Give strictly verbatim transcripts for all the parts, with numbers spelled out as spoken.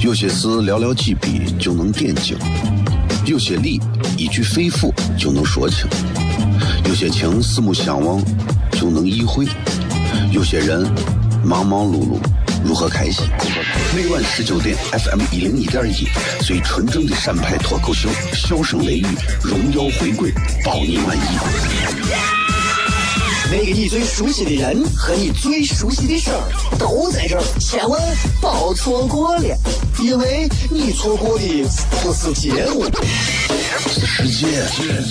有些事寥寥几笔就能点睛，有些理一句肺腑就能说清，有些情四目相望就能意会，有些人忙忙碌碌如何开心。每晚十九点 F M 一零一点一，最纯正的陕派脱口秀，笑声雷雨，荣耀回归，保你满意。 那个你最熟悉的人和你最熟悉的事儿都在这儿，千万别错过了，因为你错过的不是节目， 是世界。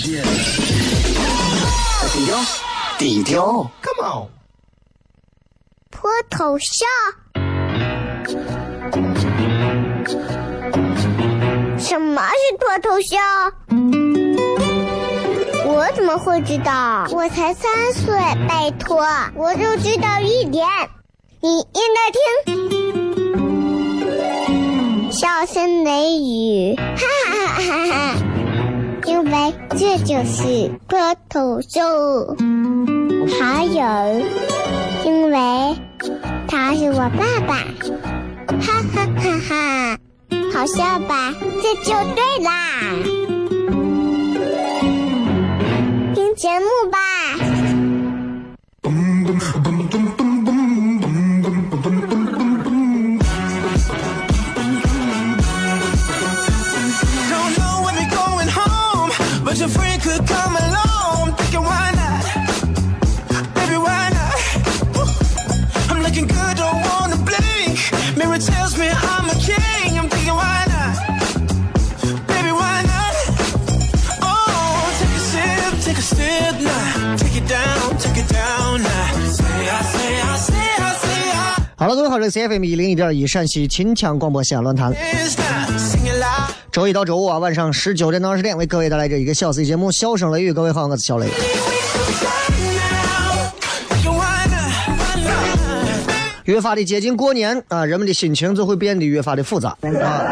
低调，低调 ，Come on， 脱头像。什么是脱头像？我怎么会知道？我才三岁，拜托，我就知道一点。你应该听，笑声雷雨，哈哈哈哈哈！因为这就是脱头秀。还有，因为他是我爸爸，哈哈哈哈！好笑吧？这就对啦。听节目吧。 好了，各位好，这是 C F M 一零一点一陕西秦腔广播西安论坛。周一到周五啊，晚上十九点到二十点，为各位带来这一个小时的节目《笑声雷雨》。各位好，我是小雷。越发的接近过年啊，人们的心情就会变得越发的复杂啊，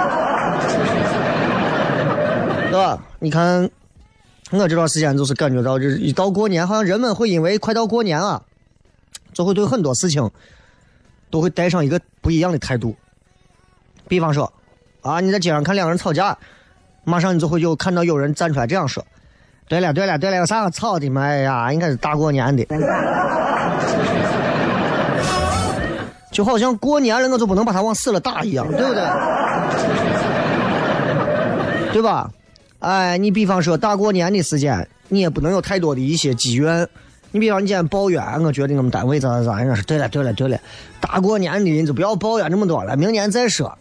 对吧？你看，我这段时间就是感觉到，这一到过年，好像人们会因为快到过年啊，就会对很多事情都会带上一个不一样的态度。比方说啊，你在街上看两个人吵架，马上你就会有看到有人站出来这样说：对了对了对了，有啥吵的嘛？哎呀，应该是大过年的。就好像过年了，我就不能把它往死了打一样，对不对？对吧？哎，你比方说大过年的时间，你也不能有太多的一些积怨。你比方你今天抱怨，我觉得我们单位咋咋样是对了对了对了，大过年的你就不要抱怨这么多了，明年再说，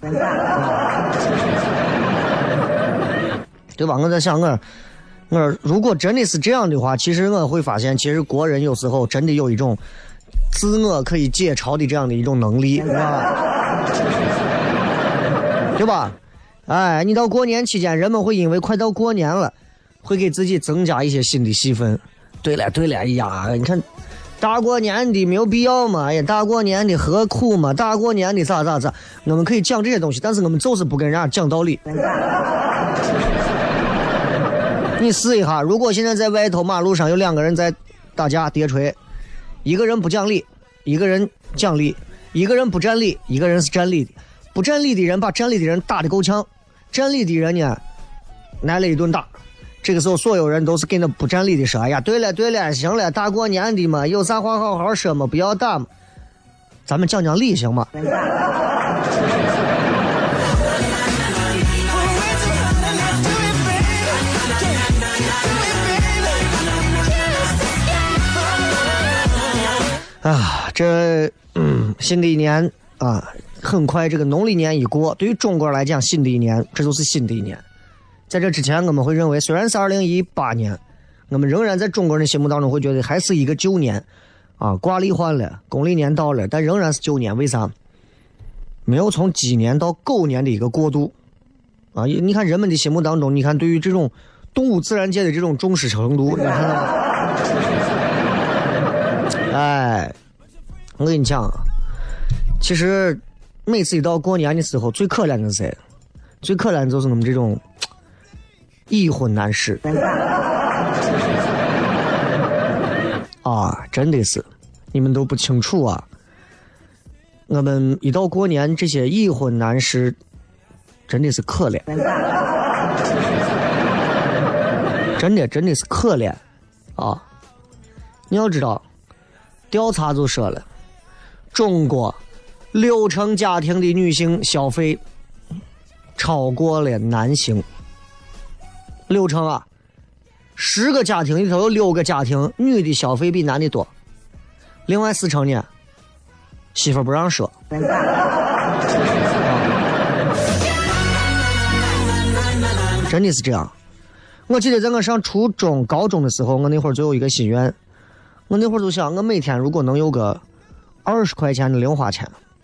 对吧？我在想我我如果真的是这样的话，其实我会发现，其实国人有时候真的有一种自我可以解嘲的这样的一种能力，对吧？对吧？哎，你到过年期间，人们会因为快到过年了，会给自己增加一些新的戏份。对了对了，哎呀，你看大过年的没有必要嘛，哎呀，大过年的何苦嘛，大过年的咋咋咋，我们可以讲这些东西，但是我们就是不跟人家讲道理。你试一下，如果现在在外头马路上有两个人在打架叠锤，一个人不讲理，一个人讲理，一个人不站理，一个人是站理的，不站理的人把站理的人打得够呛，站理的人呢来了一顿打。这个时候所有人都是跟那不站理的说：哎呀，对了对了，行了，大过年的嘛，有啥话好好说嘛，不要打嘛，咱们讲讲理行吗？啊，这嗯，新的一年啊，很快这个农历年一过，对于中国来讲，新的一年这就是新的一年。在这之前，我们会认为虽然是二零一八年，我们仍然在中国人的心目当中会觉得还是一个旧年啊，挂历换了，公历年到了，但仍然是旧年。为啥？没有从鸡年到狗年的一个过渡啊！你看人们的心目当中，你看对于这种动物自然界的这种重视程度，你看到吗？哎，我跟你讲，其实每次一到过年的时候，最可怜的是谁？最可怜的就是我们这种已婚男士啊，真的是你们都不清楚啊！我们一到过年，这些已婚男士真的是可怜，真的真的是可怜啊！你要知道，调查就说了，中国六成家庭的女性消费超过了男性，六成啊，十个家庭里头有六个家庭女的消费比男的多，另外四成呢，媳妇不让说。真的是这样。我记得在我上初中、高中的时候，我那会儿就有一个心愿，我那会儿就想，我每天如果能有个二十块钱的零花钱，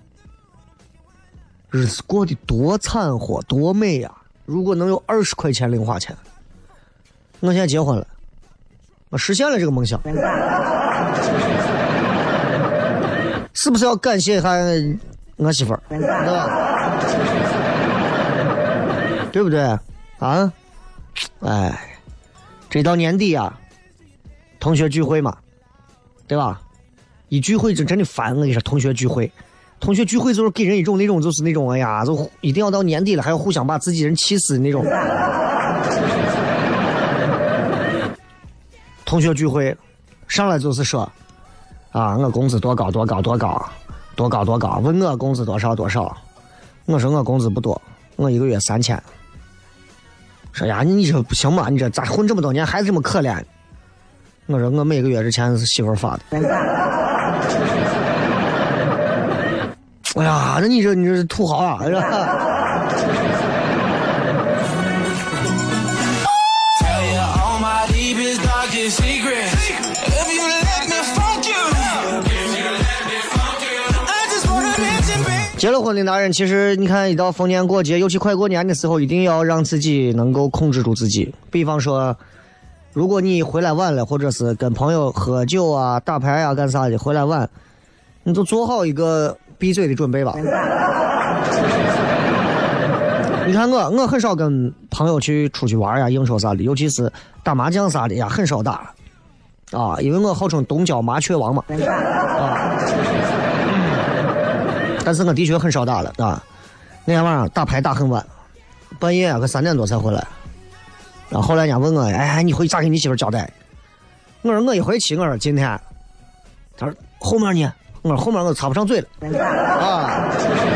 日子过得多惨活多美呀、啊！如果能有二十块钱零花钱，我现在结婚了，我实现了这个梦想，是不是要感谢一下我媳妇儿，对吧？对不对啊？哎，这到年底啊，同学聚会嘛，对吧？一聚会就真的烦，我跟你说，同学聚会。同学聚会就是给人一种那种就是那种哎呀，就一定要到年底了还要互相把自己人气死那种。同学聚会上来就是说啊，我工资多高多高多高多高多高，问我工资多少多少，我说我工资不多，我一个月三千。说呀，你这不行嘛，你这咋混这么多年还这么可怜？我说我每个月这钱是媳妇发的。哎呀，那你这你这是土豪啊！是吧？结了婚的男人，其实你看，一到逢年过节，尤其快过年的时候，一定要让自己能够控制住自己。比方说，如果你回来晚了，或者是跟朋友喝酒啊、打牌啊、干啥的，回来晚，你就做好一个闭嘴的准备吧。你看我，我很少跟朋友去出去玩呀、应酬啥的，尤其是打麻将啥的呀，很少打啊，因为我号称东郊麻雀王嘛啊。但是我的确很少打了啊！那天晚上打牌打很晚，半夜啊，可三点多才回来。然后后来人家问我，哎，你回去咋给你媳妇交代？我说我一回去，我说今天，他说后面呢？我说后面我插不上嘴了啊！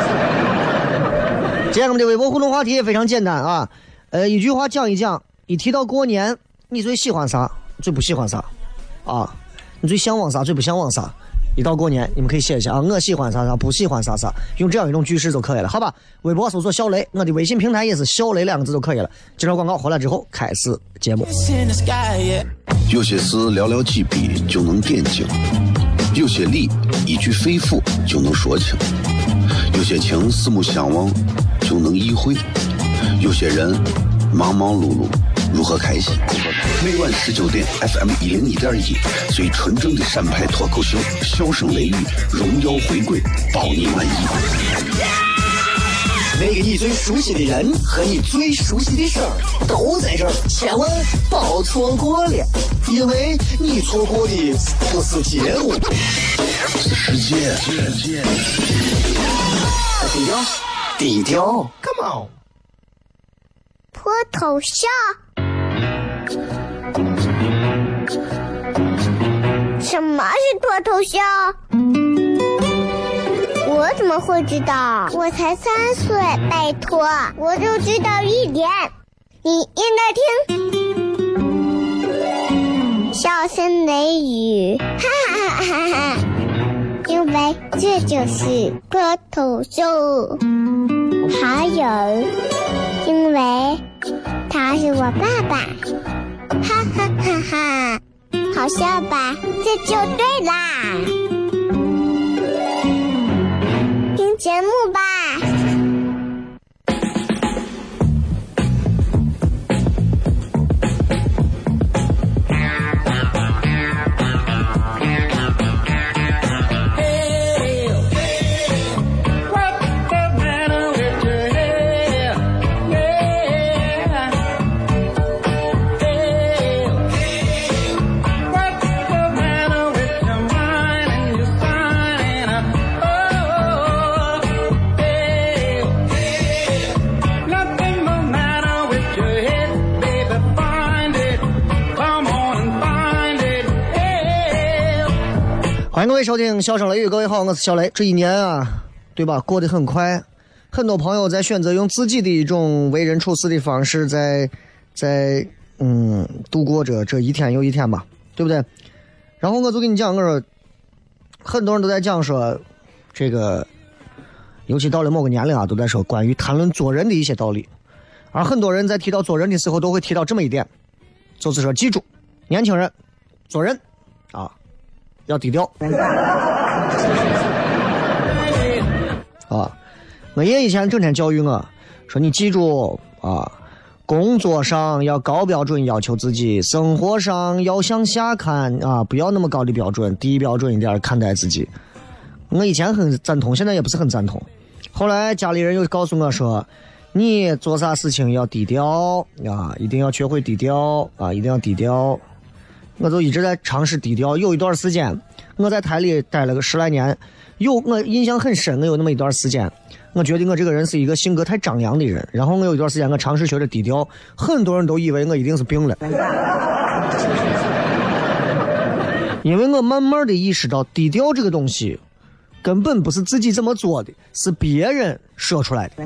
今天我们的微博互动话题也非常简单啊，呃，一句话讲一讲，一提到过年，你最喜欢啥？最不喜欢啥？啊，你最向往啥？最不向往啥？一到过年，你们可以写一下啊，我喜欢啥啥，不喜欢啥啥，用这样一种句式就可以了，好吧？微博搜索小雷，我的微信平台也是小雷两个字就可以了。介绍广告回来之后开始节目。 有些事寥寥几笔就能点睛，有些理一句肺腑就能说清，有些情四目相望就能意会，有些人忙忙碌碌如何开心？每晚十九点 F M 一零一点一，最纯正的陕派脱口秀，笑声雷雨，荣耀回归，保你满意。 那个你最熟悉的人和你最熟悉的事儿都在这儿，千万别错过了，因为你错过的不是节目， 是世界。 低调，低调 ，Come on。 脱头像。什么是脱头像？我怎么会知道？我才三岁，拜托，我就知道一点。你应该听，笑声雷雨，哈哈哈哈哈！因为这就是脱头秀。还有，因为他是我爸爸，哈哈哈哈！好笑吧？这就对啦。听节目吧。 欢迎各位收听笑声雷雨，各位好，我是小雷。这一年啊，对吧，过得很快，很多朋友在选择用自己的一种为人处事的方式在在嗯度过着这一天又一天吧，对不对？然后我就跟你讲，我说很多人都在讲说这个，尤其到了某个年龄啊，都在说关于谈论做人的一些道理，而很多人在提到做人的时候都会提到这么一点，就是说记住，年轻人做人啊要低调啊！我爷以前整天教育我说，你记住啊，工作上要高标准要求自己，生活上要向下看啊，不要那么高的标准，低标准一点看待自己。我以前很赞同，现在也不是很赞同。后来家里人又告诉我说，你做啥事情要低调啊，一定要学会低调啊，一定要低调。我就一直在尝试低调。有一段时间我在台里待了个十来年，有我印象很深，我有那么一段时间我觉得我这个人是一个性格太张扬的人，然后我有一段时间我尝试学着低调，很多人都以为我一定是病了，因为我慢慢的意识到低调这个东西根本不是自己这么做的，是别人说出来的。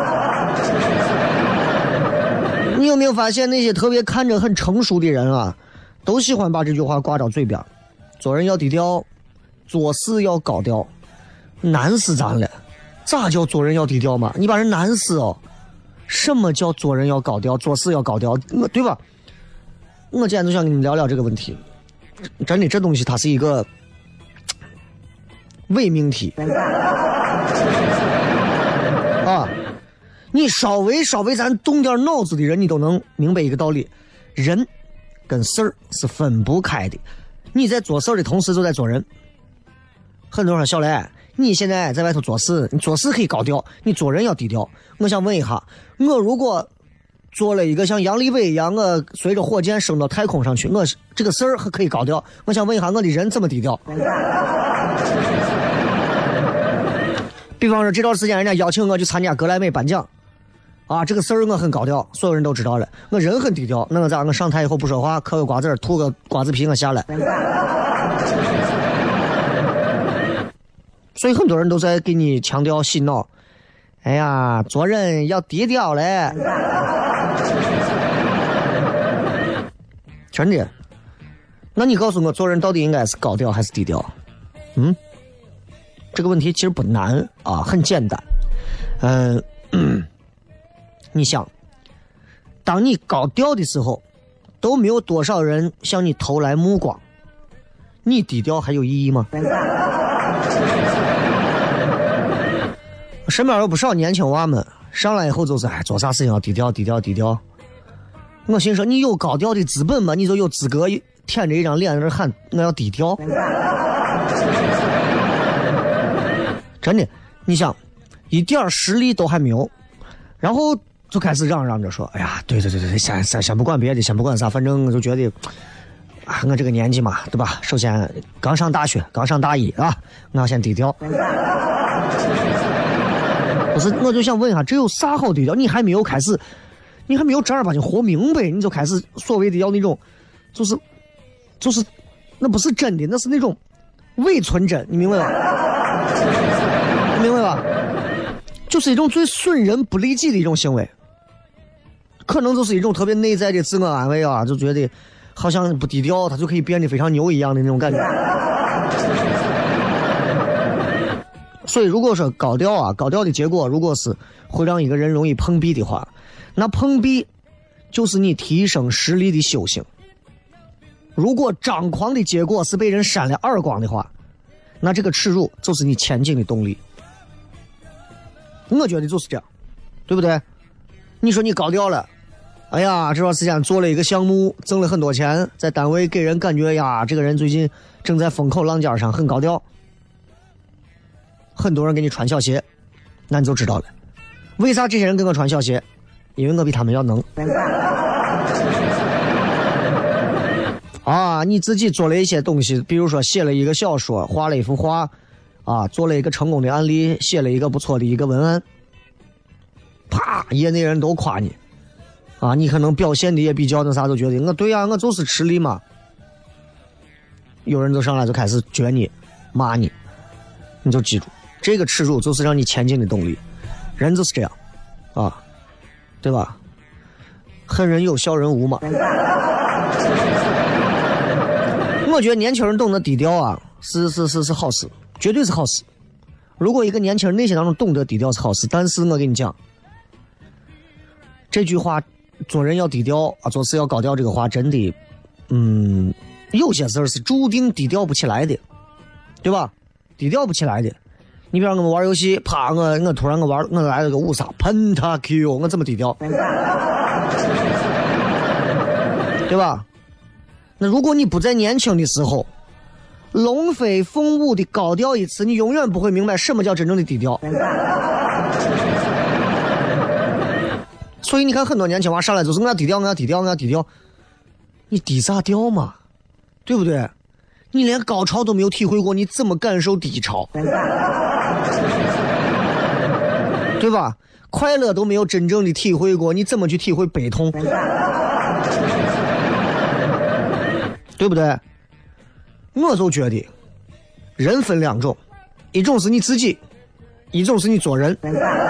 你有没有发现那些特别看着很成熟的人啊，都喜欢把这句话挂到嘴边，做人要低调，做事要高调，难死咱了。咋叫做人要低调嘛？你把人难死哦！什么叫做人要高调，做事要高调，对吧？我今天就想跟你们聊聊这个问题。真的，这东西它是一个伪命题啊！你稍微稍微咱动点脑子的人，你都能明白一个道理：人跟事儿是分不开的。你在做事儿的同时，就在做人。很多人说小雷，你现在在外头做事，你做事可以高调，你做人要低调。我想问一下，我如果做了一个像杨利伟一样，我随着火箭升到太空上去，我这个事儿可以高调。我想问一下，我的人怎么低调？比方说这段时间人家邀请我去参加格莱美颁奖啊，这个事儿我很高调，所有人都知道了。我人很低调，那我咋我上台以后不说话，嗑个瓜子吐个瓜子皮我下来。所以很多人都在给你强调洗脑，哎呀，做人要低调嘞。真的？那你告诉我，做人到底应该是高调还是低调？嗯，这个问题其实不难啊，很简单。嗯、呃，你想，当你高调的时候，都没有多少人向你投来目光，你低调还有意义吗？身边有不少年轻娃们上来以后就是哎，做啥事情要低调低调低调。我心说，你有高调的资本吗？你就有资格舔着一张脸在那喊我要低调。真的，你想一点实力都还没有，然后就开始嚷嚷着说，哎呀，对对对对，先先先不管别的，先不管啥，反正我就觉得啊，我这个年纪嘛，对吧？首先刚上大学，刚上大一啊，我要先低调。不是，我就想问一下，这有啥好低调？你还没有开始，你还没有正儿八经活明白，你就开始所谓的要那种，就是，就是，那不是真的，那是那种伪纯真，你明白吧？你明白吧？就是一种最损人不利己的一种行为，可能就是一种特别内在的自我安慰啊，就觉得好像不低调，他就可以变得非常牛一样的那种感觉。所以如果说高调啊，高调的结果如果是会让一个人容易碰壁的话，那碰壁就是你提升实力的修行。如果张狂的结果是被人扇了耳光的话，那这个耻辱就是你前进的动力。我觉得就是这样，对不对？你说你高调了，哎呀，这段时间做了一个项目，挣了很多钱，在单位给人感觉呀，这个人最近正在风口浪尖上，很高调。很多人给你穿小鞋，那你就知道了。为啥这些人跟我穿小鞋？因为我比他们要能。啊，你自己做了一些东西，比如说写了一个小说，画了一幅画，啊，做了一个成功的案例，写了一个不错的一个文案，啪，业内人都夸你。啊，你可能表现的也比较那啥，就觉得我对呀、啊，我就是吃力嘛。有人就上来就开始撅你， 骂你，你就记住，这个耻辱就是让你前进的动力。人就是这样，啊，对吧？恨人有笑人无嘛。我觉得年轻人懂得低调啊，是是是是好事，绝对是好事。如果一个年轻人内心当中懂得低调是好事，但是我跟你讲，这句话做人要低调啊，做事要高调，这个话真的，嗯，有些事儿是注定低调不起来的，对吧？低调不起来的。你比方我们玩游戏，啪，我我突然我玩我来了个五杀喷他 Q， 我怎么低调？对吧？那如果你不在年轻的时候龙飞凤舞的高调一次，你永远不会明白什么叫真正的低调。所以你看很多年轻娃上来就是我要低调，我要低调，我要低调，你低啥调嘛？对不对？你连高潮都没有体会过，你怎么感受低潮？对吧？快乐都没有真正的体会过，你怎么去体会悲痛？对不对？我就觉得人分两种，一种是你自己，一种是你做人。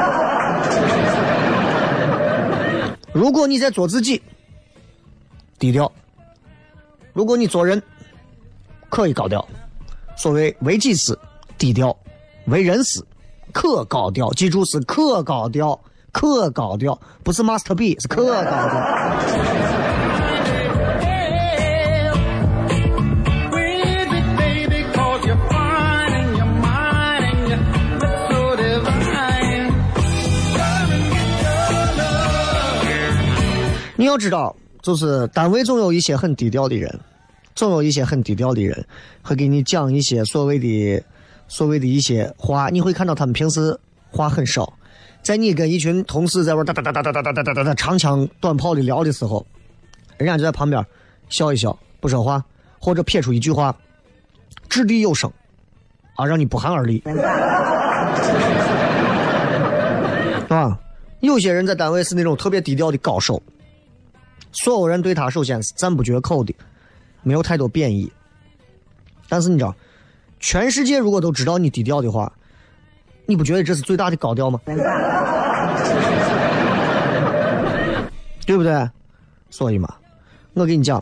如果你在做自己，低调；如果你做人，可以高调。所谓为己事低调，为人事可高调。记住是可高调，可高调，不是 Master B， 是可高调。你要知道，就是单位总有一些很低调的人，总有一些很低调的人会给你讲一些所谓的所谓的一些话，你会看到他们平时话很少，在你跟一群同事在玩哒哒哒哒哒哒哒哒哒哒长枪短炮的聊的时候，人家就在旁边笑一笑不说话，或者撇出一句话掷地有声啊，让你不寒而栗啊。有些人在单位是那种特别低调的高手，所有人对他首先是赞不绝口的，没有太多贬义。但是你知道，全世界如果都知道你低调的话，你不觉得这是最大的高调吗？对不对？所以嘛，我跟你讲，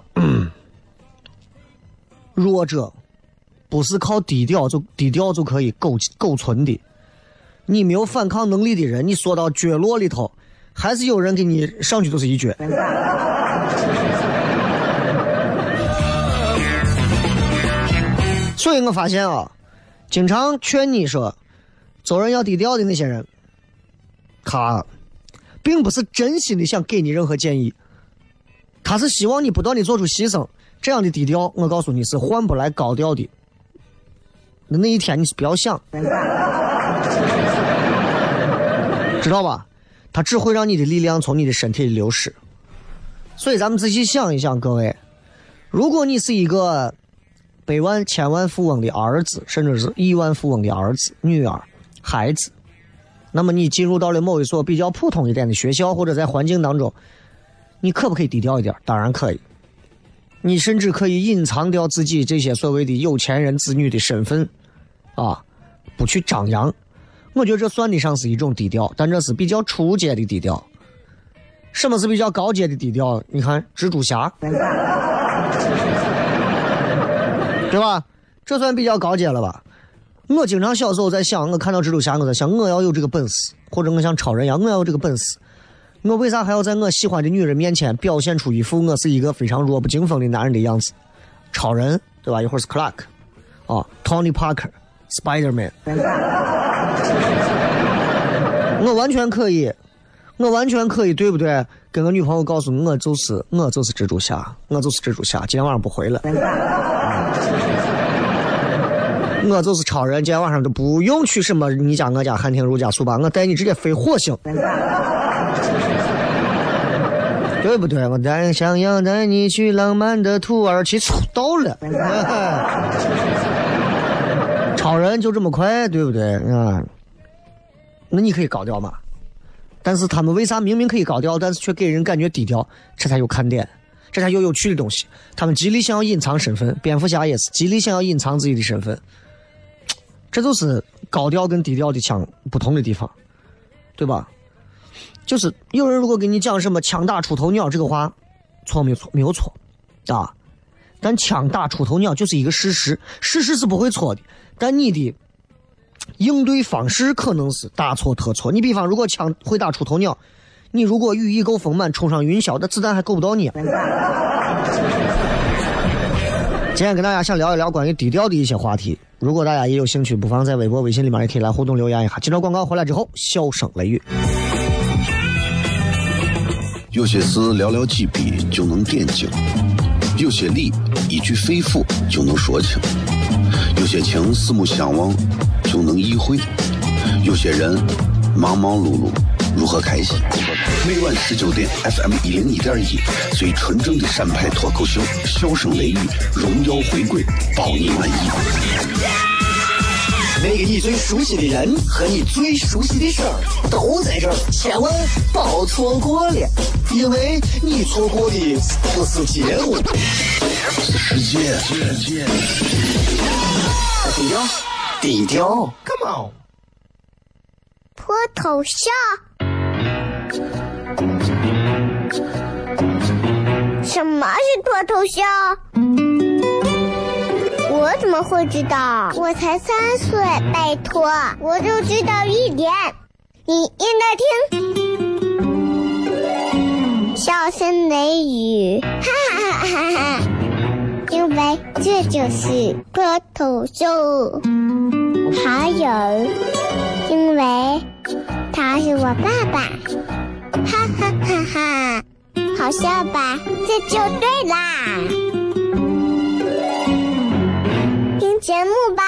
弱者不是靠低调就低调就可以苟苟存的。你没有反抗能力的人，你缩到角落里头，还是有人给你上去就是一脚。所以我发现啊，经常劝你说做人要低调的那些人，他并不是真心的想给你任何建议，他是希望你不断的做出牺牲。这样的低调，我告诉你是换不来高调的。那那一天你是不要想，知道吧？它只会让你的力量从你的身体里流失。所以咱们仔细想一想，各位，如果你是一个百万千万富翁的儿子，甚至是亿万富翁的儿子、女儿、孩子，那么你进入到了某一所比较普通一点的学校，或者在环境当中，你可不可以低调一点？当然可以。你甚至可以隐藏掉自己这些所谓的有钱人子女的身份啊，不去张扬。我觉得这算得上是一种低调，但这是比较初阶的低调。什么是比较高阶的低调？你看蜘蛛侠，对吧？这算比较高阶了吧？我经常小时候在想，我看到蜘蛛侠，我在想我要有这个本事，或者我像超人一样，我要有这个本事。我为啥还要在我喜欢的女人面前表现出一副我是一个非常弱不禁风的男人的样子？超人，对吧？一会儿是 Clark 啊 Tony Parker Spider-Man， 我完全可以我完全可以对不对？跟个女朋友告诉我就是我就是蜘蛛侠，我就是蜘蛛侠，今天晚上不回来。我就是超人，今天晚上都不用去什么你家我家汉庭如家速吧，我带你直接飞火星。对不对？我带想要带你去浪漫的土耳其，到了。超人就这么快，对不对啊？那你可以高调嘛？但是他们为啥明明可以高调，但是却给人感觉低调？这才有看点，这才有有趣的东西。他们极力想要隐藏身份，蝙蝠侠也是极力想要隐藏自己的身份。 这就是高调跟低调的腔不同的地方，对吧？就是有人如果给你讲什么枪打出头鸟这个话，错没有错？没有错啊。但枪打出头鸟就是一个事实，事实是不会错的，但你的应对方式可能是大错特错。你比方，如果枪会打出头鸟，你如果羽翼够丰满，冲上云霄，那子弹还够不到你。今天跟大家想聊一聊关于低调的一些话题，如果大家也有兴趣，不妨在微博微信里面也可以来互动留言一下。接着广告回来之后，笑声雷雨。 有些事寥寥几笔就能点睛，有些理一句肺腑就能说清，有些情四目相望就能意会，有些人忙忙碌碌如何开心？每晚十九点 F M 一零一点一，最纯正的陕派脱口秀，笑声雷雨，荣耀回归，保你满意。 那个你最熟悉的人和你最熟悉的事儿都在这儿，千万别错过了，因为你错过的不是节目， 是世界。 低调，低调 ，Come on， 脱头像。什么是脱头像？我怎么会知道？我才三岁，拜托，我就知道一点。你应该听，笑声雷雨，哈哈哈哈哈！因为这就是脱头秀。还有，因为他是我爸爸，哈哈哈哈！好笑吧？这就对啦。听节目吧。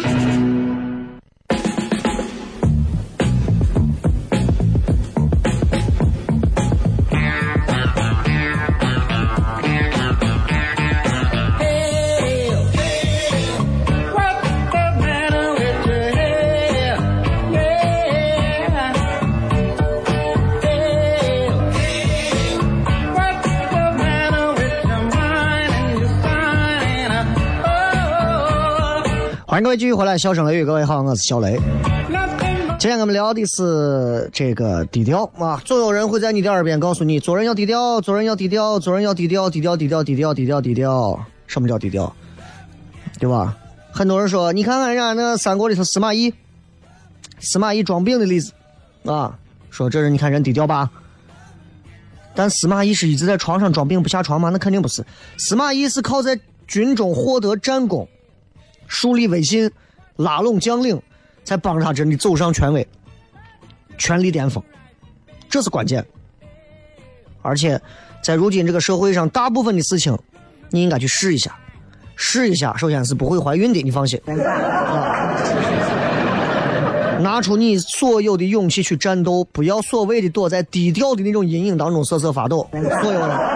欢迎各位继续回来，笑声雷雨，各位好，我是小雷。今天我们聊的是这个低调啊，总有人会在你的耳边告诉你，做人要低调，做人要低调，做人要低调，低调低调低调低调低调。什么叫低调？对吧？很多人说，你看看人家那三国里头司马懿，司马懿装病的例子啊，说这人你看人低调吧。但司马懿是一直在床上装病不下床吗？那肯定不是。司马懿是靠在军中获得战功，树立威信，拉拢将领，才帮他真的走上权位，权力巅峰，这是关键。而且在如今这个社会上，大部分的事情你应该去试一下，试一下。首先是不会怀孕的，你放心啊，拿出你所有的勇气去战斗，不要所谓的躲在低调的那种阴影当中瑟瑟发抖，所有人，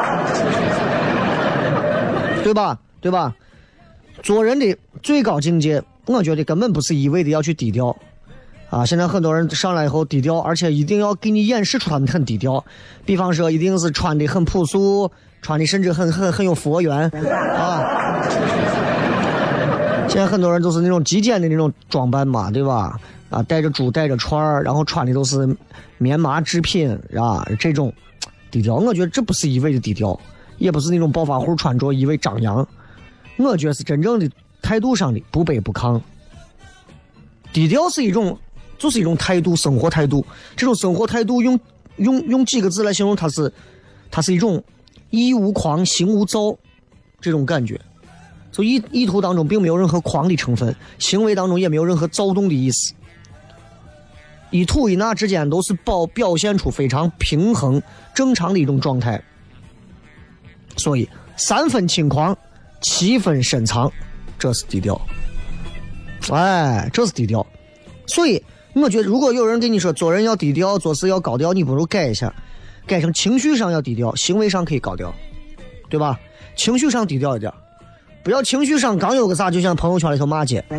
对吧？对吧？做人的最高境界，我觉得根本不是一味的要去低调啊！现在很多人上来以后低调，而且一定要给你演示出他们很低调。比方说，一定是穿的很朴素，穿的甚至很很很有佛缘啊！现在很多人都是那种极简的那种装扮嘛，对吧？啊，带着珠，带着串，然后穿的都是棉麻制品啊，这种低调，我觉得这不是一味的低调，也不是那种暴发户穿着一味张扬。我觉得是真正的态度上的不卑不亢。低调是一种，就是一种态度，生活态度。这种生活态度用用用几个字来形容，它是它是一种意无狂，行无躁这种感觉。就意意图当中并没有任何狂的成分，行为当中也没有任何躁动的意思。一吐一纳之间都是表表现出非常平衡正常的一种状态。所以三分轻狂，七分深藏，这是低调。哎，这是低调。所以我觉得如果有人跟你说做人要低调，做事要高调，你不如改一下，改成情绪上要低调，行为上可以高调，对吧？情绪上低调一点，不要情绪上刚有个啥就像朋友圈里头骂街。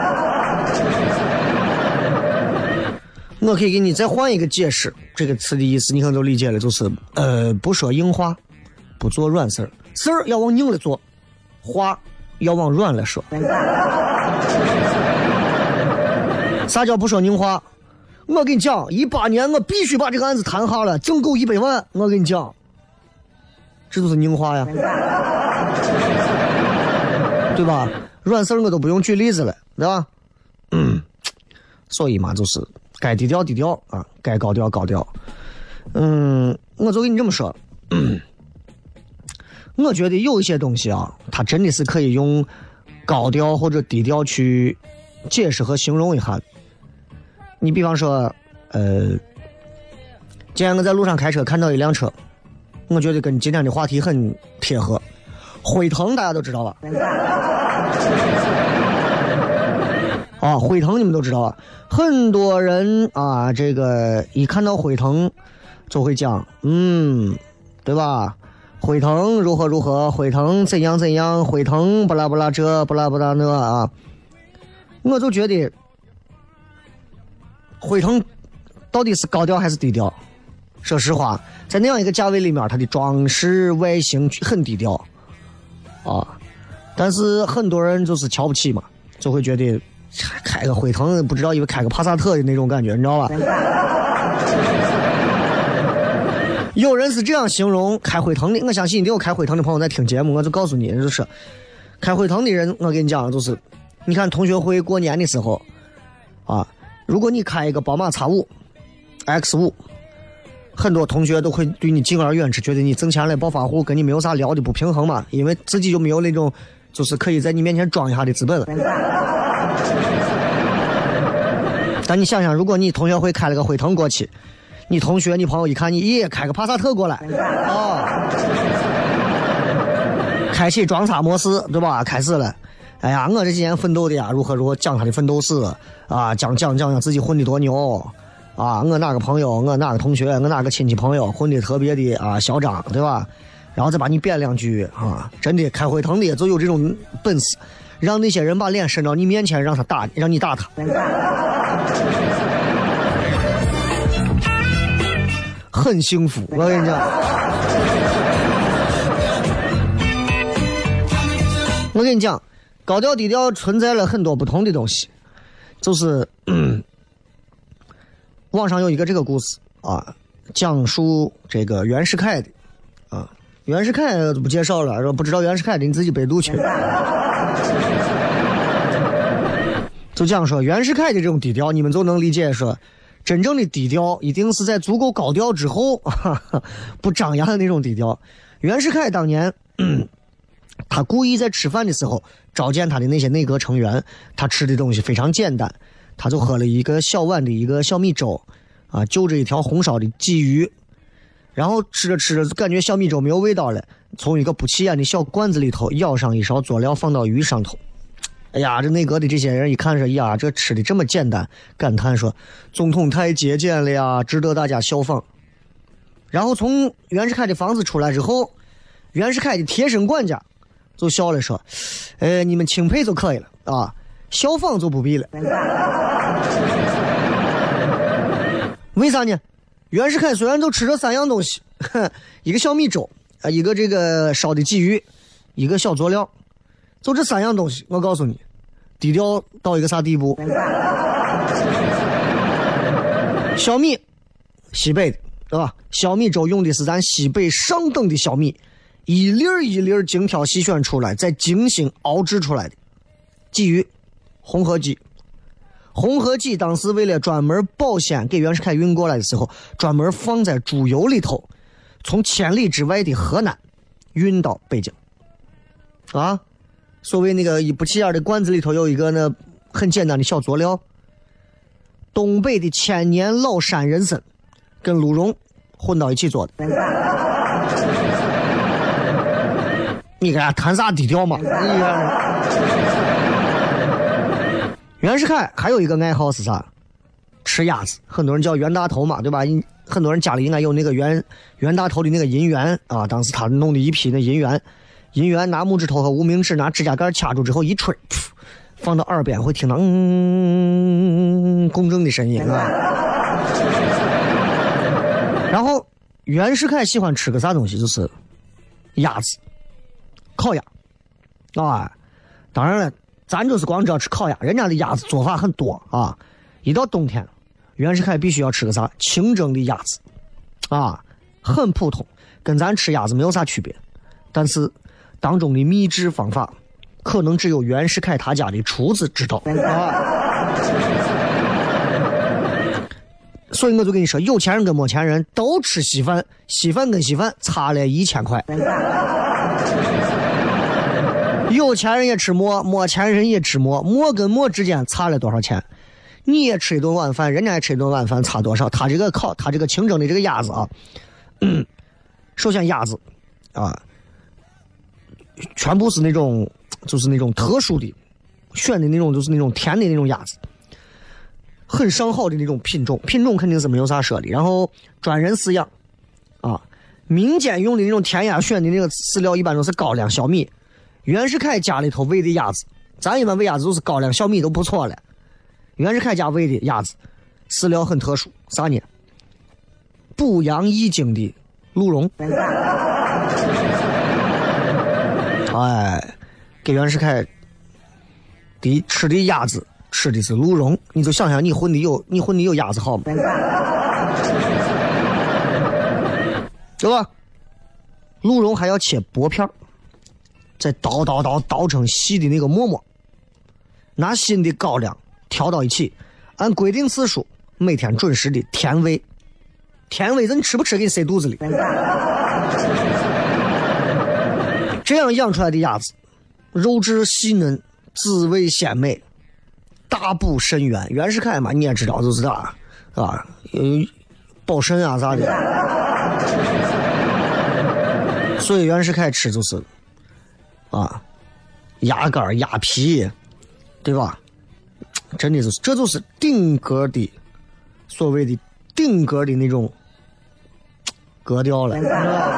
我可以给你再换一个解释，这个词的意思你可能都理解了，就是呃，不说硬话，不做软事儿，事儿要往硬了做，话要往软了说。 啥叫不说宁话？我跟你讲，一八年我必须把这个案子谈下了，挣够一百万。我跟你讲，这都是宁话呀，对吧？软事儿我都不用举例子了，对吧？嗯，所以嘛，就是该低调低调啊，该高调高调。嗯，我就跟你这么说，嗯，我觉得有一些东西啊，它真的是可以用高调或者低调去解释和形容一下。你比方说，呃，今天我在路上开车看到一辆车，我觉得跟今天的话题很贴合。辉腾大家都知道吧？啊，辉腾你们都知道啊。很多人啊，这个一看到辉腾就会讲，嗯，对吧？辉腾如何如何，辉腾怎样怎样，辉腾不拉不拉这不拉不拉那啊，我就觉得。辉腾到底是高调还是低调？说实话，在那样一个价位里面，它的装饰外形很低调啊。但是很多人就是瞧不起嘛，就会觉得开个辉腾不知道以为开个帕萨特的那种感觉，你知道吧？有人是这样形容开辉腾的，我相信一定有开辉腾的朋友在听节目，我就告诉你，就是开辉腾的人，我跟你讲，就是你看同学会过年的时候啊。如果你开一个宝马 X 五 X 五， 很多同学都会对你敬而远之，觉得你挣钱了暴发户，跟你没有啥聊的不平衡嘛，因为自己就没有那种就是可以在你面前装一下的资本了。但你想想，如果你同学会开了个辉腾过去，你同学你朋友一看你也开个帕萨特过来啊，开启装叉模式，对吧？开始了。哎呀，我这几年奋斗的呀，如何如何讲他的奋斗史啊，讲讲讲讲自己混的多牛啊！我哪个朋友，我哪个同学，我哪个亲戚朋友混的特别的啊嚣张，对吧？然后再把你编两句啊，真的开辉腾的就有这种本事，让那些人把脸伸到你面前，让他打，让你打他。很幸福，我跟你讲。我跟你讲。高调低调存在了很多不同的东西，就是、嗯、网上有一个这个故事啊，讲述这个袁世凯的啊，袁世凯不介绍了，说不知道袁世凯的你自己百度去。就讲说袁世凯的这种低调，你们就能理解说，真正的低调一定是在足够高调之后，哈哈，不张扬的那种低调。袁世凯当年。嗯他故意在吃饭的时候召见他的那些内阁成员，他吃的东西非常简单，他就喝了一个小碗的一个小米粥啊，就着一条红烧的鲫鱼，然后吃着吃着感觉小米粥没有味道了，从一个不起眼的小罐子里头舀上一勺佐料放到鱼上头。哎呀，这内阁的这些人一看说，呀，这吃的这么简单，感叹说总统太节俭了呀，值得大家效仿。然后从袁世凯的房子出来之后，袁世凯的贴身管家就笑了说，呃，你们钦佩就可以了啊，效仿就不必了。为啥呢？袁世凯虽然就吃这三样东西，一个小米粥啊，一个这个烧的鲫鱼，一个小佐料，就这三样东西，我告诉你，低调到一个啥地步？小米，西北的，对吧？小米粥用的是咱西北上等的小米。一粒一粒精挑细选出来，再精心熬制出来的鲫鱼，红河鸡。红河鸡当时为了专门保鲜，给袁世凯运过来的时候，专门放在猪油里头，从千里之外的河南运到北京。啊，所谓那个一不起眼的罐子里头有一个呢很简单的小佐料，东北的千年老山人参跟鹿茸混到一起做的。你给他谈啥低调嘛？袁世凯还有一个爱好是啥？吃鸭子，很多人叫袁大头嘛，对吧？很多人家里应该有那个袁袁大头的那个银元啊，当时他弄的一批那银元，银元拿拇指头和无名指拿指甲盖掐住之后一吹，放到耳边会听到嗯公正的声音啊。然后袁世凯喜欢吃个啥东西，就是鸭子。烤鸭啊，当然了，咱就是光知道吃烤鸭，人家的鸭子做法很多啊， 一到冬天，袁世凯必须要吃个啥？清蒸的鸭子，啊，很普通，跟咱吃鸭子没有啥区别。但是当中的秘制方法，可能只有袁世凯他家的厨子知道。啊，所以我就跟你说，有钱人跟没钱人都吃稀饭，稀饭跟稀饭差了一千块。有钱人也吃馍，没钱人也吃馍，馍跟馍之间差了多少钱？你也吃一顿晚饭，人家也吃一顿晚饭，差多少？他这个烤，他这个清蒸的这个鸭子啊，嗯，首先鸭子啊，全部是那种就是那种特殊的选的那种，就是那种甜的那种鸭子，很上好的那种品种，品种肯定是没有啥说的。然后专人饲养啊，民间用的那种甜鸭选的那个饲料一般都是高粱小米。袁世凯家里头喂的鸭子，咱一般喂鸭子都是高粱小米都不错了。袁世凯家喂的鸭子饲料很特殊，啥呢？补阳益精的鹿茸。哎，给袁世凯的吃的鸭子吃的是鹿茸，你就想想你混的有你混的有鸭子好吗？对吧？鹿茸还要切薄片，再刀刀刀刀成细的那个沫沫，拿新的高粱调到一起，按规定次数每天准时的填喂。填喂，你吃不吃给你塞肚子里。这样养出来的鸭子，肉质细嫩，滋味鲜美，大补肾元。袁世凯嘛，你也知道，就是啊，啊，有保肾啊啥的。所以袁世凯吃就是啊，鸭肝、鸭皮，对吧？真的就是，这就是顶格的，所谓的顶格的那种格调了。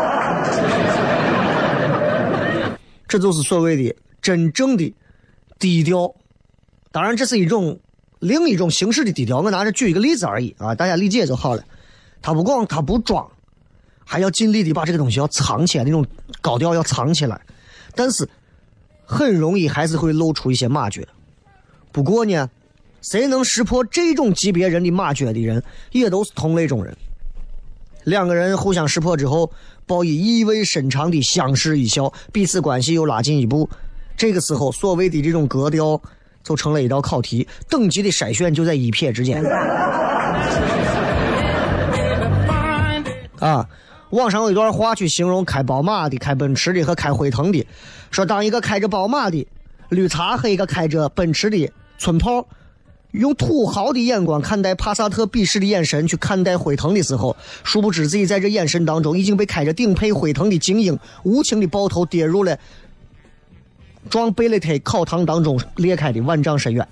这就是所谓的真正的低调。当然，这是一种另一种形式的低调。我拿着举一个例子而已啊，大家理解就好了。他不光他不装，还要尽力的把这个东西要藏起来，那种高调要藏起来，但是很容易还是会露出一些马脚。不过呢，谁能识破这种级别人的马脚的人，也都是同类中人。两个人互相识破之后，报以意味深长的相视一笑，彼此关系又拉近一步。这个时候，所谓的这种格调就成了一道考题，等级的筛选就在一瞥之间。啊，网上有一段话去形容开宝马的、开奔驰的和开辉腾的，说当一个开着宝马的绿茶和一个开着奔驰的村炮用土豪的眼光看待帕萨特鄙视的眼神去看待辉腾的时候，殊不知自己在这眼神当中已经被开着顶配辉腾的精英无情的爆头跌入了装贝勒特烤膛当中裂开的万丈深渊。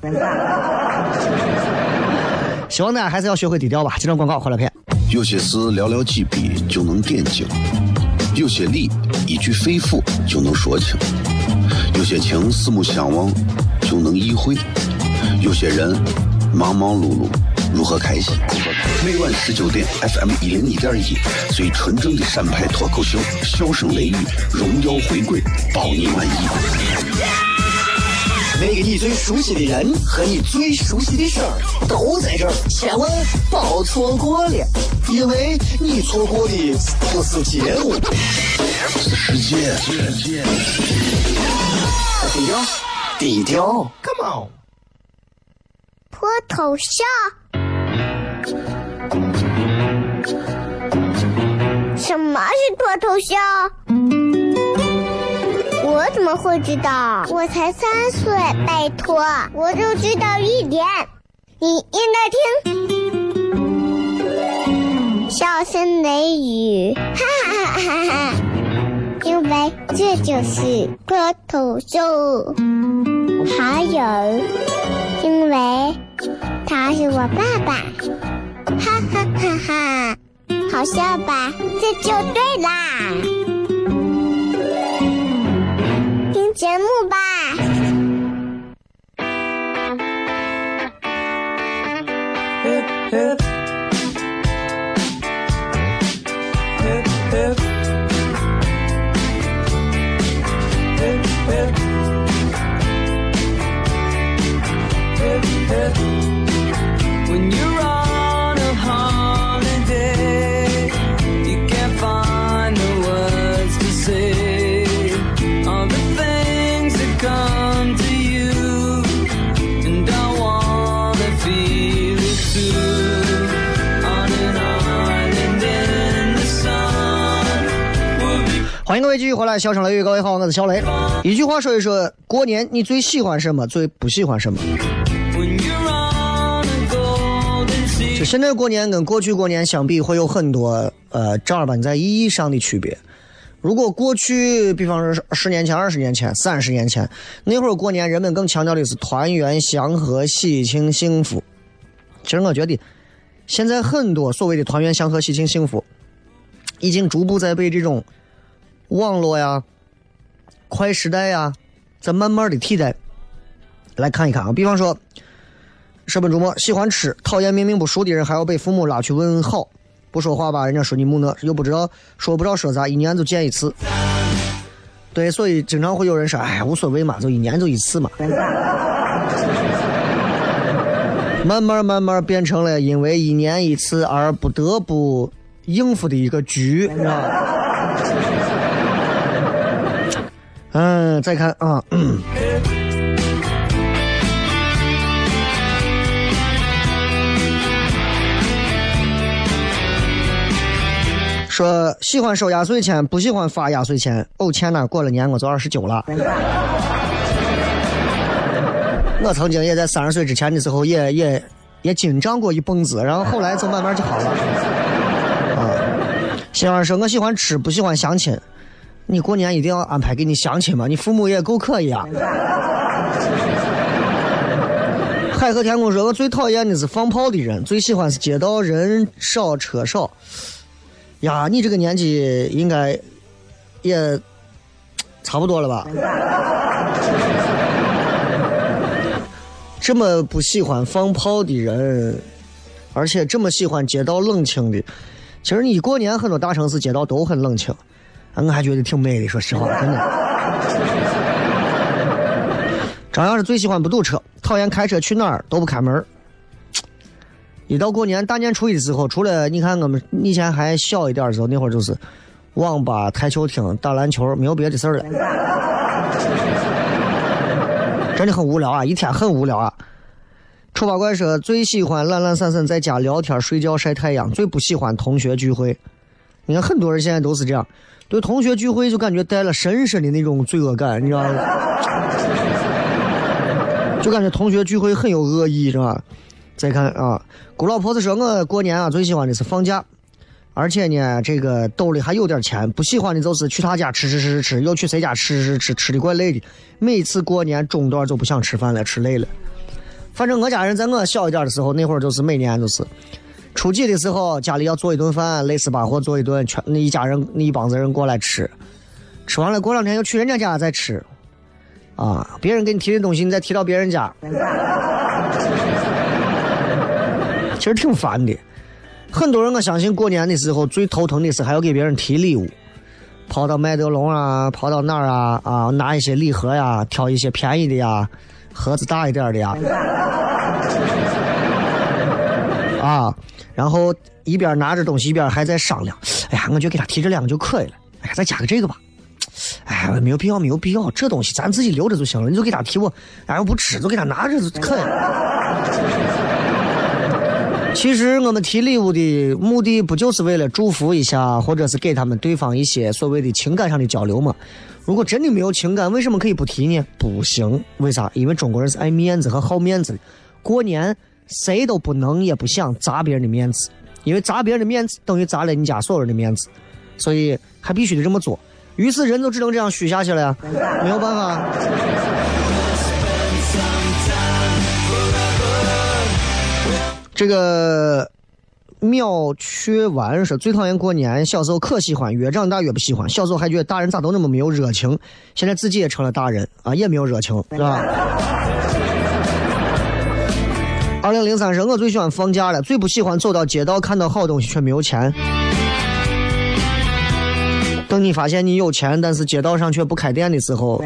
希望大家还是要学会低调吧。这张广告回来片。 有些事寥寥几笔就能点睛，有些理一句肺腑就能说清，有些情四目相望就能意会，有些人忙忙碌碌如何开心。每晚十九点 F M 一零一点一，最纯正的陕派脱口秀，笑声雷雨，荣耀回归，保你满意。 那个你最熟悉的人和你最熟悉的事儿都在这儿，千万别错过了，因为你错过的不是节目， 是世界。 低调，低调 ，Come on。 脱头像。什么是脱头像？我怎么会知道？我才三岁，拜托，我就知道一点。你应该听，笑声雷雨，哈哈哈哈哈！因为这就是脱头秀。还有，因为他是我爸爸，哈哈哈哈！好笑吧？这就对啦。听节目吧。 欢迎各位继续回来，小声雷雨，各位好，我是小雷。一句话说一说，过年你最喜欢什么，最不喜欢什么？就现在过年跟过去过年相比，会有很多呃正儿八经在意义上的区别。如果过去，比方说十年前、二十年前、三十年前，那会儿过年人们更强调的是团圆、祥和、喜庆、幸福。其实我觉得，现在很多所谓的团圆、祥和、喜庆、幸福，已经逐步在被这种网络呀、快时代呀，在慢慢的替代。来看一看啊，比方说，舍本逐末，喜欢吃，讨厌明明不熟的人还要被父母拉去问好。不说话吧，人家说你木讷，又不知道说不知道说啥，一年就见一次。对，所以经常会有人说，哎，无所谓嘛，就一年就一次嘛。慢慢慢慢变成了因为一年一次而不得不应付的一个局，你知道吗？嗯，再看啊。嗯说喜欢收压岁钱，不喜欢发压岁钱。哦天哪，过了年我就二十九了。我曾经也在三十岁之前的时候也也也紧张过一蹦子，然后后来就慢慢就好了。啊，喜欢说我喜欢吃，不喜欢相亲。你过年一定要安排给你相亲吗？你父母也够可以啊。海和天空说，我最讨厌的是放炮的人，最喜欢是街道人少车少。呀，你这个年纪应该也差不多了吧？这么不喜欢放炮的人，而且这么喜欢街道冷清的，其实你过年很多大城市街道都很冷清，我还觉得挺美的，说实话，真的。张扬是最喜欢不堵车，讨厌开车去哪儿都不开门。一到过年大年初一的时候，除了你看我们以前还小一点的时候，那会儿就是网吧、台球厅、打篮球，没有别的事儿了，真的很无聊啊，一天很无聊啊。丑八怪说最喜欢懒懒散散在家聊天、睡觉、晒太阳，最不喜欢同学聚会。你看很多人现在都是这样，对同学聚会就感觉带了深深的那种罪恶感，你知道吗？就感觉同学聚会很有恶意，是吧？再看啊，古老婆子说，我过年啊最喜欢的是放假，而且呢，这个兜里还有点钱。不喜欢的就是去他家吃吃吃吃吃，又去谁家吃吃吃吃的怪累的。每次过年中段就不想吃饭了，吃累了。反正我家人在我小一点的时候，那会儿就是每年就是初几的时候，家里要做一顿饭，累死把活做一顿，全那一家人那一帮子人过来吃，吃完了过两天又去人家家再吃，啊，别人给你提的东西，你再提到别人家。其实挺烦的，很多人我相信过年的时候最头疼的是还要给别人提礼物，跑到麦德龙啊，跑到那儿啊啊，拿一些礼盒呀，挑一些便宜的呀，盒子大一点的呀，啊，然后一边拿着东西一边还在商量，哎呀，我就给他提这两个就可以了，哎呀，再加个这个吧，哎呀，没有必要，没有必要，这东西咱自己留着就行了，你就给他提我，哎，我不吃就给他拿着就可以了。其实我们提礼物的目的不就是为了祝福一下，或者是给他们对方一些所谓的情感上的交流吗？如果真的没有情感，为什么可以不提呢？不行，为啥？因为中国人是爱面子和好面子的，过年谁都不能也不想砸别人的面子，因为砸别人的面子等于砸了你家所有人的面子，所以还必须得这么做。于是人都只能这样虚下去了呀，没有办法。这个妙缺丸说最讨厌过年，小时候可喜欢，越长大越不喜欢。小时候还觉得大人咋都那么没有热情，现在自己也成了大人啊，也没有热情，是吧？二零零三说我最喜欢放假了，最不喜欢走到街道看到好东西却没有钱。等你发现你有钱，但是街道上却不开店的时候。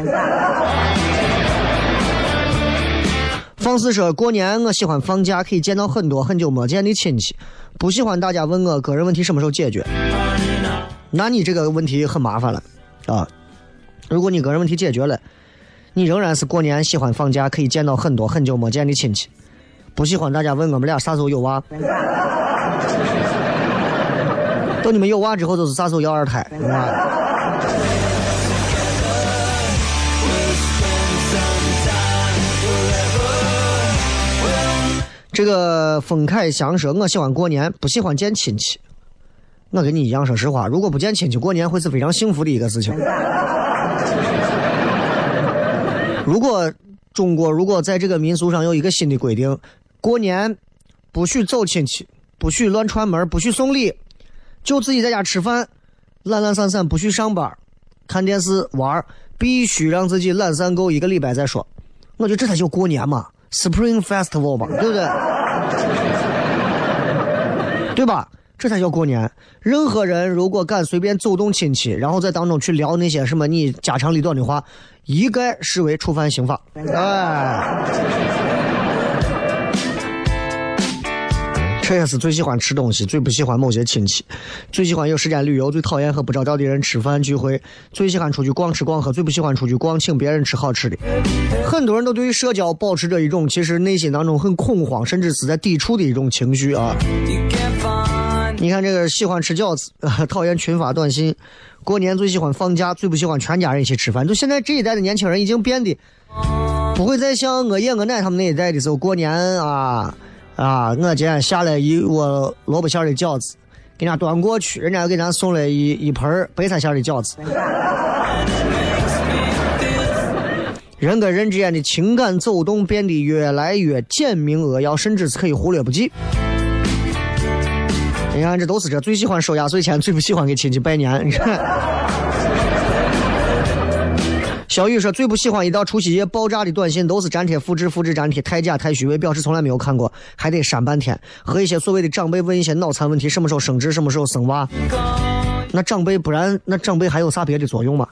方式说过年我喜欢放假，可以见到很多很久没见的亲戚，不喜欢大家问我个人问题什么时候解决。那你这个问题很麻烦了啊！如果你个人问题解决了，你仍然是过年喜欢放假，可以见到很多很久没见的亲戚，不喜欢大家问我们俩啥时候有娃。等你们有娃之后就是啥时候要二胎，是吧？ 这个冯凯祥说：“我喜欢过年，不喜欢见亲戚。”我跟你一样，说实话，如果不见亲戚，过年会是非常幸福的一个事情。如果中国如果在这个民俗上有一个新的规定，过年不许走亲戚，不许乱串门，不许送礼，就自己在家吃饭，懒懒散散，不许上班，看电视玩，必须让自己懒散够一个礼拜再说。我觉得这才叫过年嘛。Spring Festival 吧，对不对？对吧？这才叫过年。任何人如果敢随便走动亲戚，然后在当中去聊那些什么你家长里短的话，一概视为触犯刑法。哎，这也是最喜欢吃东西，最不喜欢某些亲戚，最喜欢有时间旅游，最讨厌和不着调的人吃饭聚会，最喜欢出去逛吃逛喝，最不喜欢出去逛请别人吃好吃的。很多人都对于社交保持着一种其实内心当中很恐慌，甚至是在抵触的一种情绪啊。你看这个喜欢吃饺子，呃、讨厌群发短信，过年最喜欢放假，最不喜欢全家人一起吃饭。就现在这一代的年轻人已经变得不会再像我爷我奶他们那一代的时候，过年啊啊，我今天下来一窝萝卜馅的饺子，给人家端过去，人家又给人家送了一一盆白菜馅的饺子。人跟人之间的情感走动变得越来越简明扼要，甚至是可以忽略不计。你看，这都是这最喜欢收压岁钱，最不喜欢给亲戚拜年。你看，小雨说最不喜欢一到除夕夜爆炸的短信都是粘贴复制复制粘贴，太假太虚伪，表示从来没有看过，还得删半天。和一些所谓的长辈问一些脑残问题，什么时候生殖，什么时候生娃。那长辈不然，那长辈还有啥别的作用吗？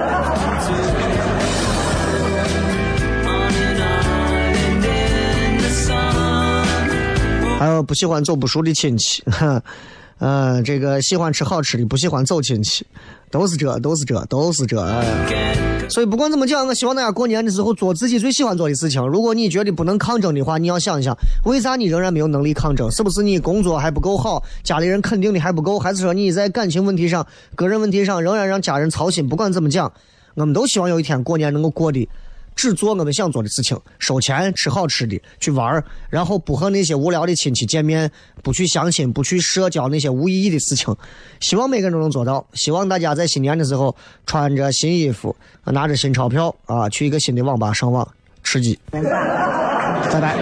还有不喜欢走不熟的亲戚，呃，这个喜欢吃好吃的，不喜欢走亲戚，都是这，都是这，都是这。哎，所以不管怎么讲，我希望大家过年的时候做自己最喜欢做的事情。如果你觉得不能抗争的话，你要想一想，为啥你仍然没有能力抗争？是不是你工作还不够好，家里人肯定的还不够，还是说你在感情问题上、个人问题上仍然让家人操心？不管怎么讲，我们都希望有一天过年能够过得只做我们想做的事情，收钱吃好吃的去玩，然后不和那些无聊的亲戚见面，不去相亲，不去社交那些无意义的事情。希望每个人都能做到，希望大家在新年的时候穿着新衣服，拿着新钞票啊，去一个新的网吧上网吃鸡。拜拜。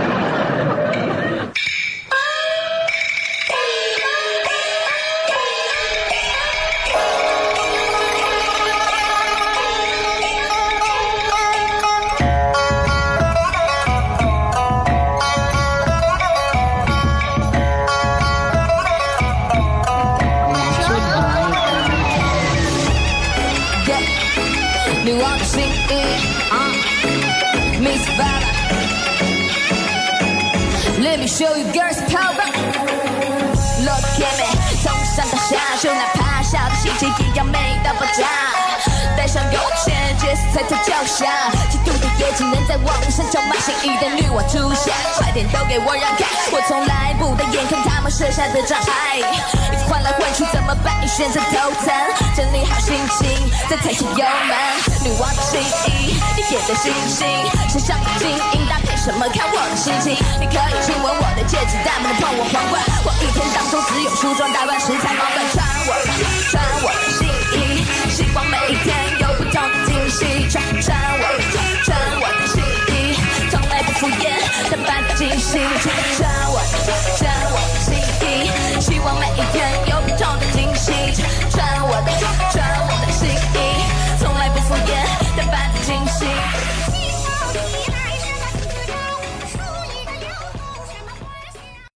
Let me show you girls power. Look at me， 从上到下，就哪怕小的细节也要美到爆炸。带上有钱，这是才叫脚下。嫉妒的眼睛能在网上叫骂，心仪的女王出现，快点都给我让开！我从来不带眼看他们设下的障碍，一直换来换去怎么办？你选择头疼，整理好心情，再踩起油门。女王的心意，你也的星星，身上的精英搭配什么？看我的心情。你可以亲吻我的戒指，但不能碰我皇冠。我一天当中只有梳妆打扮时才忙乱。